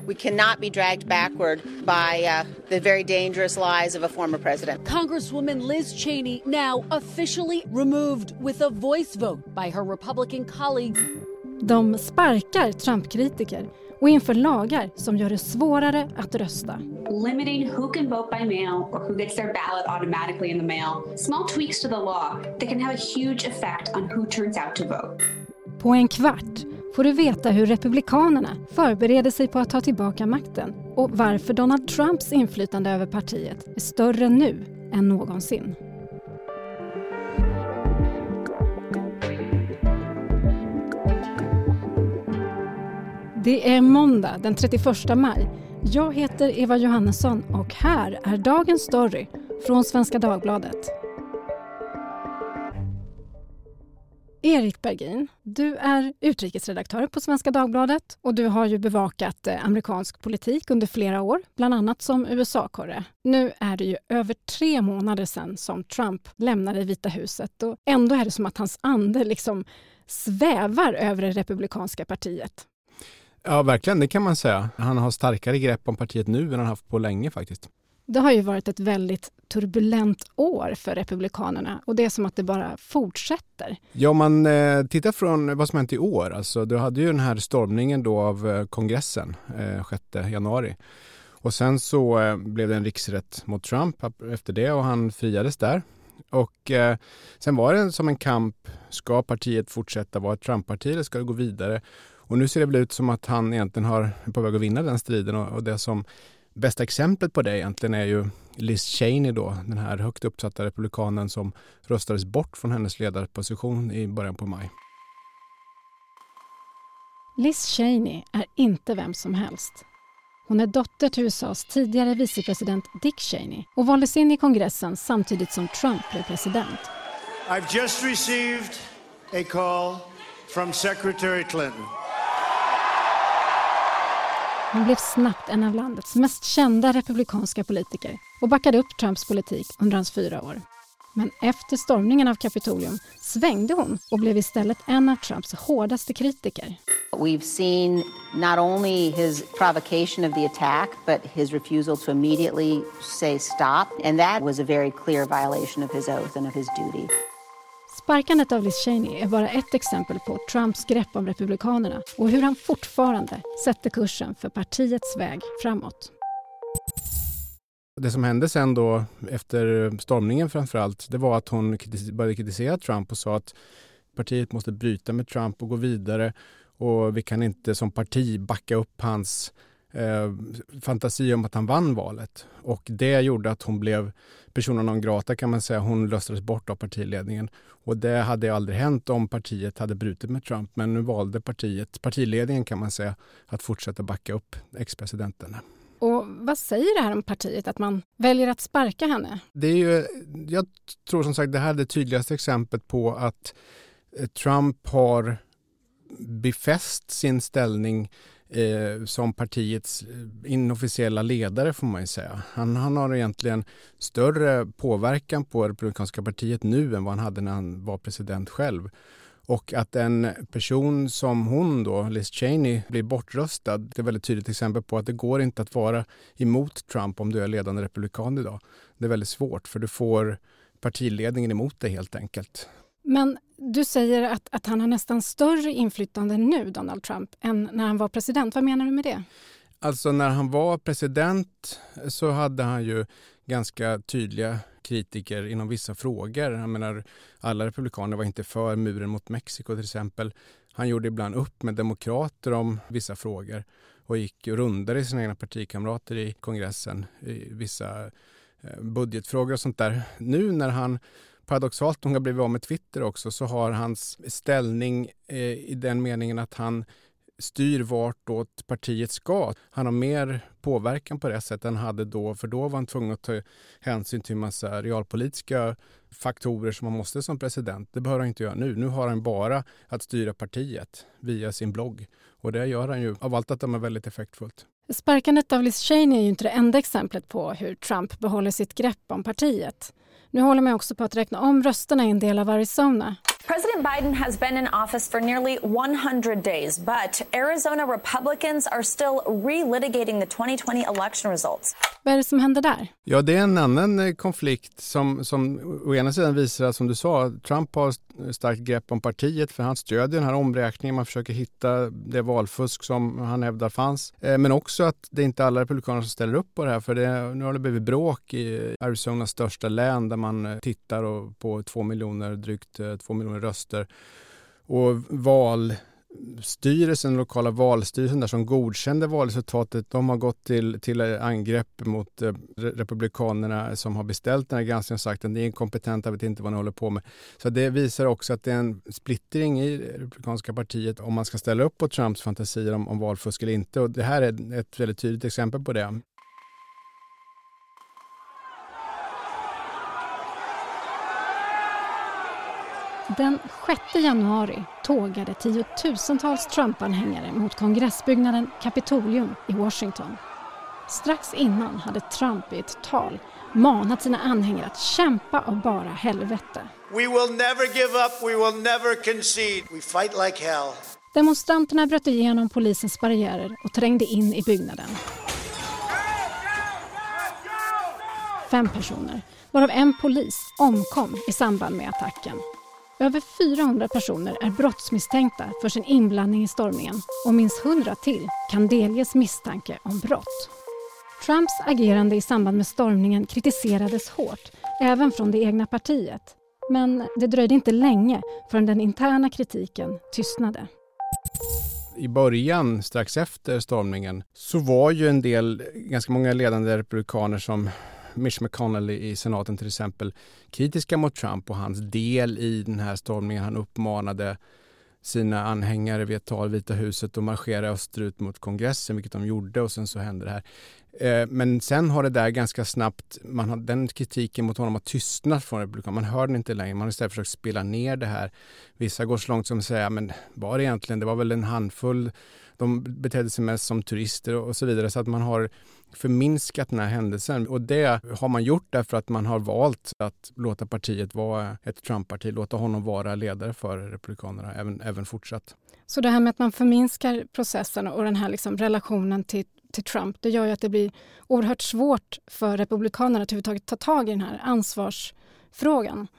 We cannot be dragged backward by the very dangerous lies of a former president. Congresswoman Liz Cheney now officially removed with a voice vote by her Republican colleagues. De sparkar Trump-kritiker och inför lagar som gör det svårare att rösta. Limiting who can vote by mail or who gets their ballot automatically in the mail. Small tweaks to the law that can have a huge effect on who turns out to vote. På en kvart får du veta hur republikanerna förbereder sig på att ta tillbaka makten och varför Donald Trumps inflytande över partiet är större nu än någonsin. Det är måndag den 31 maj. Jag heter Eva Johannesson och här är dagens story från Svenska Dagbladet. Erik Bergin, du är utrikesredaktör på Svenska Dagbladet och du har ju bevakat amerikansk politik under flera år, bland annat som USA-korre. Nu är det ju över 3 månader sedan som Trump lämnade Vita huset och ändå är det som att hans ande liksom svävar över det republikanska partiet. Ja, verkligen, det kan man säga. Han har starkare grepp om partiet nu än han haft på länge faktiskt. Det har ju varit ett väldigt turbulent år för republikanerna och det är som att det bara fortsätter. Ja, om man tittar från vad som hänt i år, alltså du hade ju den här stormningen då av kongressen 6 januari. Och sen så blev det en riksrätt mot Trump efter det och han friades där. Och sen var det som en kamp, ska partiet fortsätta vara ett Trump-parti eller ska det gå vidare? Och nu ser det väl ut som att han egentligen är på väg att vinna den striden och det som bästa exemplet på det egentligen är ju Liz Cheney då, den här högt uppsatta republikanen som röstades bort från hennes ledarposition i början på maj. Liz Cheney är inte vem som helst. Hon är dotter till USAs tidigare vicepresident Dick Cheney och valdes in i kongressen samtidigt som Trump blev president. I've just received a call from Secretary Clinton. Hon blev snabbt en av landets mest kända republikanska politiker och backade upp Trumps politik under hans 4 år. Men efter stormningen av Kapitolium svängde hon och blev istället en av Trumps hårdaste kritiker. We've seen not only his provocation of the attack, but his refusal to immediately say stop. And that was a very clear violation of his oath and of his duty. Sparkandet av Liz Cheney är bara ett exempel på Trumps grepp om republikanerna och hur han fortfarande sätter kursen för partiets väg framåt. Det som hände sen då efter stormningen framförallt, det var att hon började kritisera Trump och sa att partiet måste bryta med Trump och gå vidare och vi kan inte som parti backa upp hans fantasi om att han vann valet. Och det gjorde att hon blev persona non grata kan man säga. Hon röstades bort av partiledningen. Och det hade aldrig hänt om partiet hade brutit med Trump. Men nu valde partiledningen kan man säga, att fortsätta backa upp ex-presidenten. Och vad säger det här om partiet att man väljer att sparka henne? Det är ju, jag tror som sagt det här är det tydligaste exemplet på att Trump har befäst sin ställning som partiets inofficiella ledare får man ju säga. Han har egentligen större påverkan på det republikanska partiet nu än vad han hade när han var president själv. Och att en person som hon då, Liz Cheney, blir bortröstad, det är väldigt tydligt exempel på att det går inte att vara emot Trump om du är ledande republikan idag. Det är väldigt svårt för du får partiledningen emot dig helt enkelt. Men du säger att han har nästan större inflytande nu, Donald Trump, än när han var president. Vad menar du med det? Alltså när han var president så hade han ju ganska tydliga kritiker inom vissa frågor. Jag menar, alla republikaner var inte för muren mot Mexiko till exempel. Han gjorde ibland upp med demokrater om vissa frågor och gick rundare i sina egna partikamrater i kongressen i vissa budgetfrågor och sånt där. Nu när han paradoxalt nog har blivit av med Twitter också så har hans ställning i den meningen att han styr vartåt partiet ska. Han har mer påverkan på det sättet än han hade då, för då var han tvungen att ta hänsyn till en massa realpolitiska faktorer som man måste som president. Det behöver han inte göra nu. Nu har han bara att styra partiet via sin blogg och det gör han ju av allt att det är väldigt effektfullt. Sparkandet av Liz Cheney är ju inte det enda exemplet på hur Trump behåller sitt grepp om partiet. Nu håller man också på att räkna om rösterna i en del av Arizona. President Biden has been in office for nearly 100 days, but Arizona Republicans are still relitigating the 2020 election results. Vad är det som händer där? Ja, det är en annan konflikt som å ena sidan visar att, som du sa, Trump har starkt grepp om partiet, för han stödjer den här omräkningen. Man försöker hitta det valfusk som han hävdar fanns. Men också att det är inte alla republikaner som ställer upp på det här, för nu har det blivit bråk i Arizonas största län där man tittar på drygt 2 miljoner röster. Och lokala valstyrelsen där som godkände valresultatet, de har gått till angrepp mot republikanerna som har beställt den här granskningen och sagt att det är inkompetent, vet inte vad ni håller på med. Så det visar också att det är en splittring i det republikanska partiet om man ska ställa upp på Trumps fantasier om valfusk eller inte. Och det här är ett väldigt tydligt exempel på det. Den 6 januari tågade tiotusentals Trump-anhängare mot kongressbyggnaden Capitolium i Washington. Strax innan hade Trump i ett tal manat sina anhängare att kämpa av bara helvete. We will never give up, we will never concede. We fight like hell. Demonstranterna bröt igenom polisens barriärer och trängde in i byggnaden. 5 personer, varav en polis, omkom i samband med attacken. Över 400 personer är brottsmisstänkta för sin inblandning i stormningen och minst 100 till kan delges misstanke om brott. Trumps agerande i samband med stormningen kritiserades hårt, även från det egna partiet. Men det dröjde inte länge förrän den interna kritiken tystnade. I början, strax efter stormningen, så var ju ganska många ledande republikaner som Mitch McConnell i senaten till exempel kritiska mot Trump och hans del i den här stormningen. Han uppmanade sina anhängare vid ett tal i Vita huset att marschera österut mot kongressen, vilket de gjorde, och sen så hände det här. Men sen har det där ganska snabbt, den kritiken mot honom har tystnat från republikanerna. Man hör den inte längre, man har istället försökt spela ner det här. Vissa går så långt som att säga, men var det egentligen, det var väl en handfull, de betedde sig mest som turister och så vidare, så att man har förminskat den här händelsen. Och det har man gjort därför att man har valt att låta partiet vara ett Trump-parti, låta honom vara ledare för republikanerna även fortsatt. Så det här med att man förminskar processen och den här liksom relationen till Trump, det gör ju att det blir oerhört svårt för republikanerna att överhuvudtaget ta tag i den här ansvarsfrågan.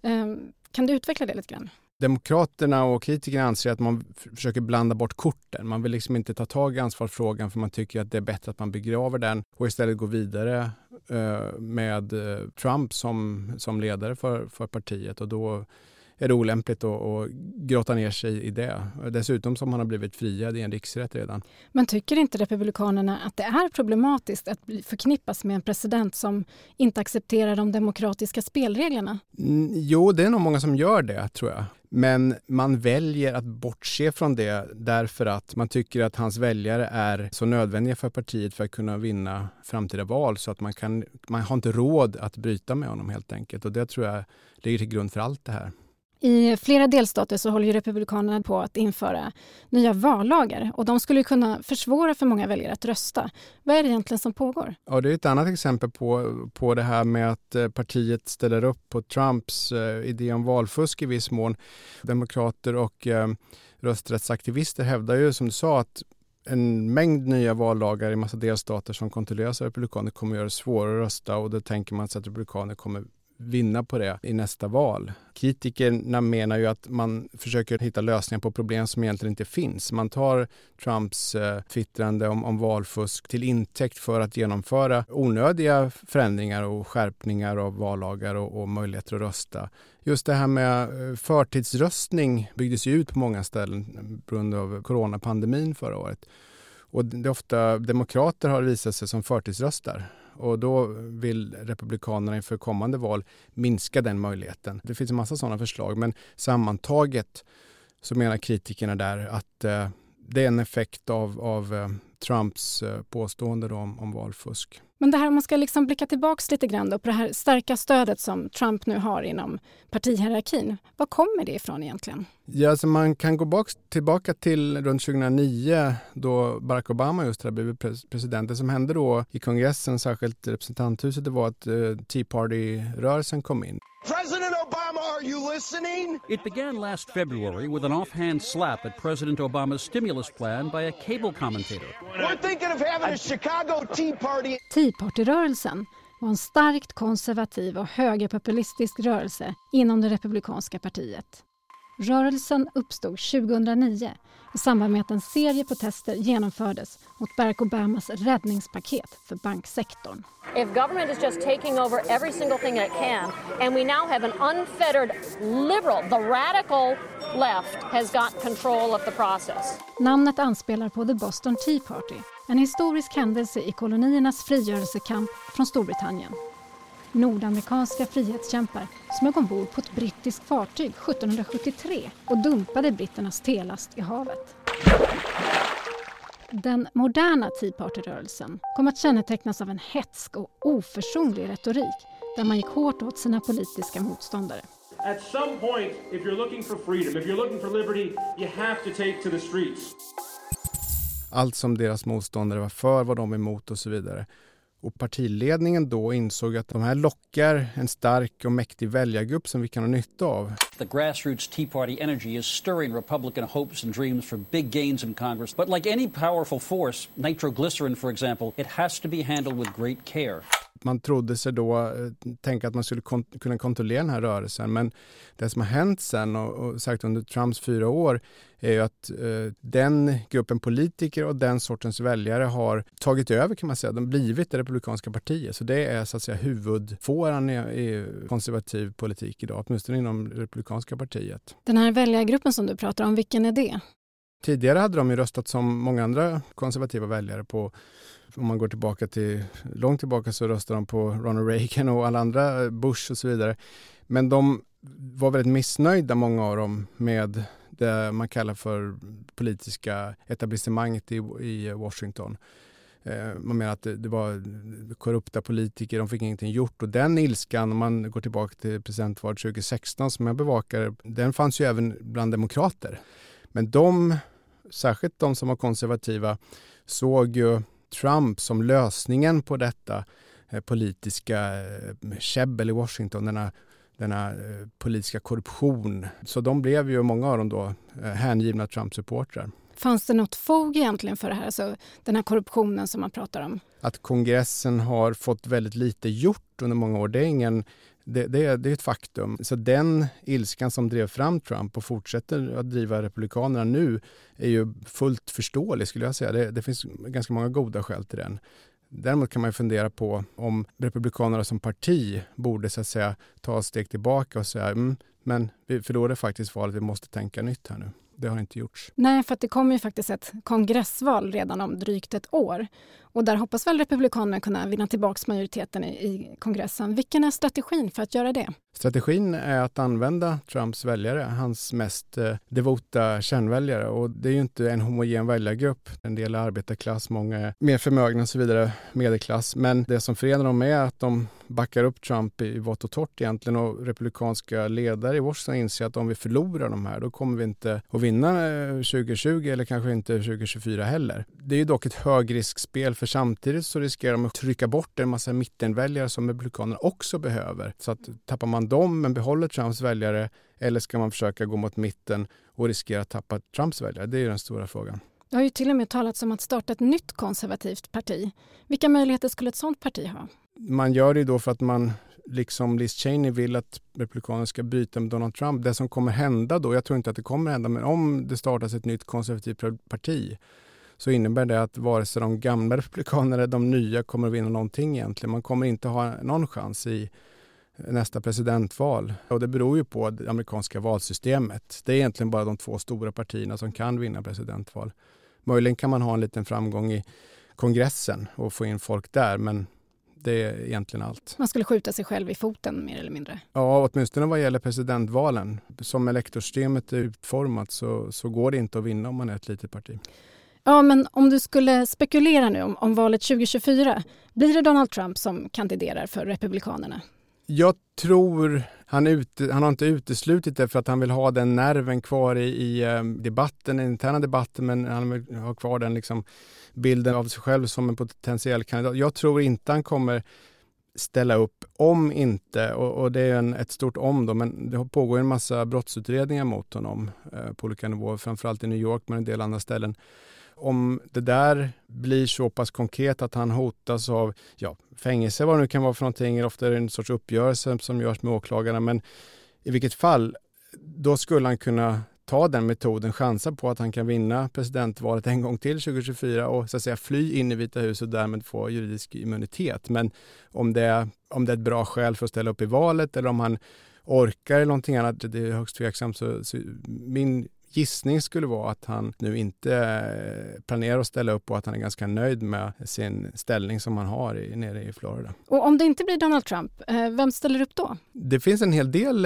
Kan du utveckla det lite grann? Demokraterna och kritikerna anser att man försöker blanda bort korten. Man vill liksom inte ta tag i ansvarsfrågan, för man tycker att det är bättre att man begraver den och istället gå vidare med Trump som ledare för partiet. Och då är det olämpligt att grotta ner sig i det. Dessutom som han har blivit friad i en riksrätt redan. Men tycker inte republikanerna att det är problematiskt att förknippas med en president som inte accepterar de demokratiska spelreglerna? Jo, det är nog många som gör det, tror jag. Men man väljer att bortse från det därför att man tycker att hans väljare är så nödvändiga för partiet för att kunna vinna framtida val, så att man har inte råd att bryta med honom helt enkelt. Och det tror jag ligger till grund för allt det här. I flera delstater så håller ju republikanerna på att införa nya vallagar, och de skulle kunna försvåra för många väljare att rösta. Vad är det egentligen som pågår? Ja, det är ett annat exempel på det här med att partiet ställer upp på Trumps idé om valfusk i viss mån. Demokrater och rösträttsaktivister hävdar ju, som du sa, att en mängd nya vallagar i massa delstater som kontrolleras av republikaner kommer göra det svårare att rösta, och då tänker man sig att republikaner kommer vinna på det i nästa val. Kritikerna menar ju att man försöker hitta lösningar på problem som egentligen inte finns. Man tar Trumps twittrande om valfusk till intäkt för att genomföra onödiga förändringar och skärpningar av vallagar och möjligheter att rösta. Just det här med förtidsröstning byggdes ju ut på många ställen på grund av coronapandemin förra året. Och det är ofta demokrater har visat sig som förtidsröstar. Och då vill republikanerna inför kommande val minska den möjligheten. Det finns en massa sådana förslag, men sammantaget så menar kritikerna där att det är en effekt av Trumps påstående då om valfusk. Men det här, om man ska liksom blicka tillbaka lite grann då på det här starka stödet som Trump nu har inom partihierarkin. Var kommer det ifrån egentligen? Ja, alltså man kan gå tillbaka till runt 2009 då Barack Obama just hade blivit president. Det som hände då i kongressen, särskilt representanthuset, det var att Tea Party-rörelsen kom in. President Obama, are you listening? It began last February with an offhand slap at President Obama's stimulus plan by a cable commentator. We're thinking of having a Chicago Tea Party. Tea Party-rörelsen var en starkt konservativ och högerpopulistisk rörelse inom det republikanska partiet. Rörelsen uppstod 2009 i samband med att en serie protester genomfördes mot Barack Obamas räddningspaket för banksektorn. If government is just taking over every single thing it can, and we now have an unfettered liberal, the radical left has got control of the process. Namnet anspelar på The Boston Tea Party, en historisk händelse i koloniernas frigörelsekamp från Storbritannien. Nordamerikanska frihetskämpar smög ombord på ett brittiskt fartyg 1773 och dumpade britternas telast i havet. Den moderna Tea Party-rörelsen kom att kännetecknas av en hätsk och oförsonlig retorik där man gick hårt åt sina politiska motståndare. At some point, if you're looking for freedom, if you're looking for liberty, you have to take to the streets. Allt som deras motståndare var för, var de emot och så vidare. Och partiledningen då insåg att de här lockar en stark och mäktig väljargrupp som vi kan ha nytta av. The grassroots Tea Party energy is stirring Republican hopes and dreams for big gains in Congress. But like any powerful force, nitroglycerin, for example, it has to be handled with great care. Man trodde sig då tänka att man skulle kunna kontrollera den här rörelsen. Men det som har hänt sen och sagt under Trumps 4 år är ju att den gruppen politiker och den sortens väljare har tagit över, kan man säga. De blivit det republikanska partiet. Så det är så att säga huvudfåran i konservativ politik idag, åtminstone inom det republikanska partiet. Den här väljargruppen som du pratar om, vilken är det? Tidigare hade de ju röstat som många andra konservativa väljare på. Om man går långt tillbaka så röstade de på Ronald Reagan och alla andra, Bush och så vidare. Men de var väldigt missnöjda, många av dem, med det man kallar för politiska etablissemanget i Washington. Man menar att det var korrupta politiker, de fick ingenting gjort. Och den ilskan, om man går tillbaka till presidentvalet 2016 som jag bevakar, den fanns ju även bland demokrater. Men särskilt de som var konservativa, såg ju Trump som lösningen på detta politiska käbbel i Washington, denna politiska korruption. Så de blev ju, många av dem då, hängivna Trump-supportrar. Fanns det något fog egentligen för det här, alltså den här korruptionen som man pratar om? Att kongressen har fått väldigt lite gjort under många år, det är ett faktum. Så den ilskan som drev fram Trump och fortsätter att driva republikanerna nu är ju fullt förståelig, skulle jag säga. Det finns ganska många goda skäl till den. Däremot kan man ju fundera på om republikanerna som parti borde så att säga ta ett steg tillbaka och säga men vi förlorade faktiskt valet, vi måste tänka nytt här nu. Det har inte gjorts. Nej, för att det kommer ju faktiskt ett kongressval redan om drygt ett år. Och där hoppas väl republikanerna kunna vinna tillbaka majoriteten i kongressen. Vilken är strategin för att göra det? Strategin är att använda Trumps väljare, hans mest devota kärnväljare. Och det är ju inte en homogen väljargrupp. En del är arbetarklass, många är mer förmögna och så vidare, medelklass. Men det som förenar dem är att de backar upp Trump i vått och torrt egentligen. Och republikanska ledare i Washington inser att om vi förlorar de här, då kommer vi inte att vinna 2020 eller kanske inte 2024 heller. Det är ju dock ett högriskspel, för samtidigt så riskerar de att trycka bort en massa mittenväljare som republikanerna också behöver. Så att tappar man dem men behåller Trumps väljare, eller ska man försöka gå mot mitten och riskera att tappa Trumps väljare? Det är ju den stora frågan. Det har ju till och med talats om att starta ett nytt konservativt parti. Vilka möjligheter skulle ett sådant parti ha? Man gör det då för att man, liksom Liz Cheney, vill att republikanerna ska byta med Donald Trump. Det som kommer hända då, jag tror inte att det kommer hända, men om det startas ett nytt konservativt parti så innebär det att vare sig de gamla republikanerna eller de nya kommer att vinna någonting egentligen. Man kommer inte ha någon chans i nästa presidentval. Och det beror ju på det amerikanska valsystemet. Det är egentligen bara de 2 stora partierna som kan vinna presidentval. Möjligen kan man ha en liten framgång i kongressen och få in folk där, men det är egentligen allt. Man skulle skjuta sig själv i foten mer eller mindre? Ja, åtminstone vad gäller presidentvalen. Som elektorsystemet är utformat så går det inte att vinna om man är ett litet parti. Ja, men om du skulle spekulera nu om valet 2024, blir det Donald Trump som kandiderar för Republikanerna? Jag tror han har inte uteslutit det för att han vill ha den nerven kvar i debatten, den interna debatten, men han vill ha kvar den liksom bilden av sig själv som en potentiell kandidat. Jag tror inte han kommer ställa upp om inte, och det är ett stort om då, men det pågår en massa brottsutredningar mot honom på olika nivåer, framförallt i New York men en del andra ställen. Om det där blir så pass konkret att han hotas av fängelse, vad det nu kan vara för någonting, eller ofta är det en sorts uppgörelse som görs med åklagarna, men i vilket fall, då skulle han kunna ta den metoden, chansa på att han kan vinna presidentvalet en gång till 2024 och så att säga fly in i Vita huset och därmed få juridisk immunitet. Men om det är ett bra skäl för att ställa upp i valet eller om han orkar eller någonting annat, det är högst tveksamt, så min gissning skulle vara att han nu inte planerar att ställa upp och att han är ganska nöjd med sin ställning som han har nere i Florida. Och om det inte blir Donald Trump, vem ställer upp då? Det finns en hel del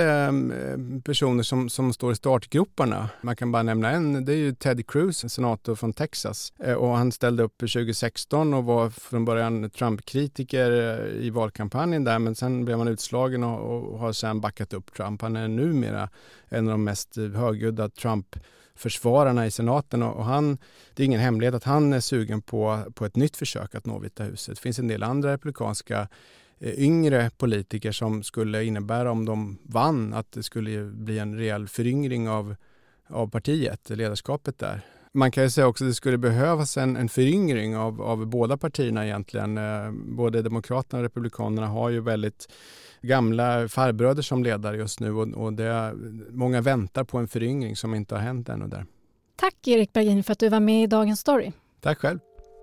personer som står i startgroparna. Man kan bara nämna en, det är ju Ted Cruz, senator från Texas. Och han ställde upp 2016 och var från början Trump-kritiker i valkampanjen där, men sen blev han utslagen och har sedan backat upp Trump. Han är numera en av de mest högljudda Trump-försvararna i senaten, och det är ingen hemlighet att han är sugen på ett nytt försök att nå Vita huset. Det finns en del andra republikanska yngre politiker som skulle innebära, om de vann, att det skulle bli en rejäl föryngring av partiet, ledarskapet där. Man kan ju säga också att det skulle behövas en föryngring av båda partierna egentligen. Både Demokraterna och Republikanerna har ju väldigt gamla farbröder som ledare just nu, och många väntar på en föryngring som inte har hänt ännu där. Tack Erik Bergin för att du var med i Dagens Story. Tack själv.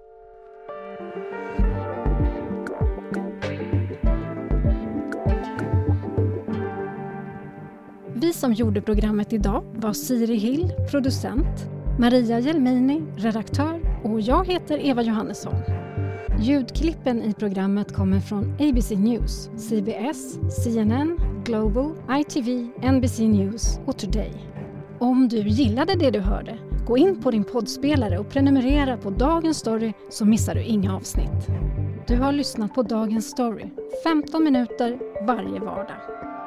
Vi som gjorde programmet idag var Siri Hill, producent, Maria Jelmini, redaktör, och jag heter Eva Johannesson. Ljudklippen i programmet kommer från ABC News, CBS, CNN, Global, ITV, NBC News och Today. Om du gillade det du hörde, gå in på din poddspelare och prenumerera på Dagens Story så missar du inga avsnitt. Du har lyssnat på Dagens Story, 15 minuter varje vardag.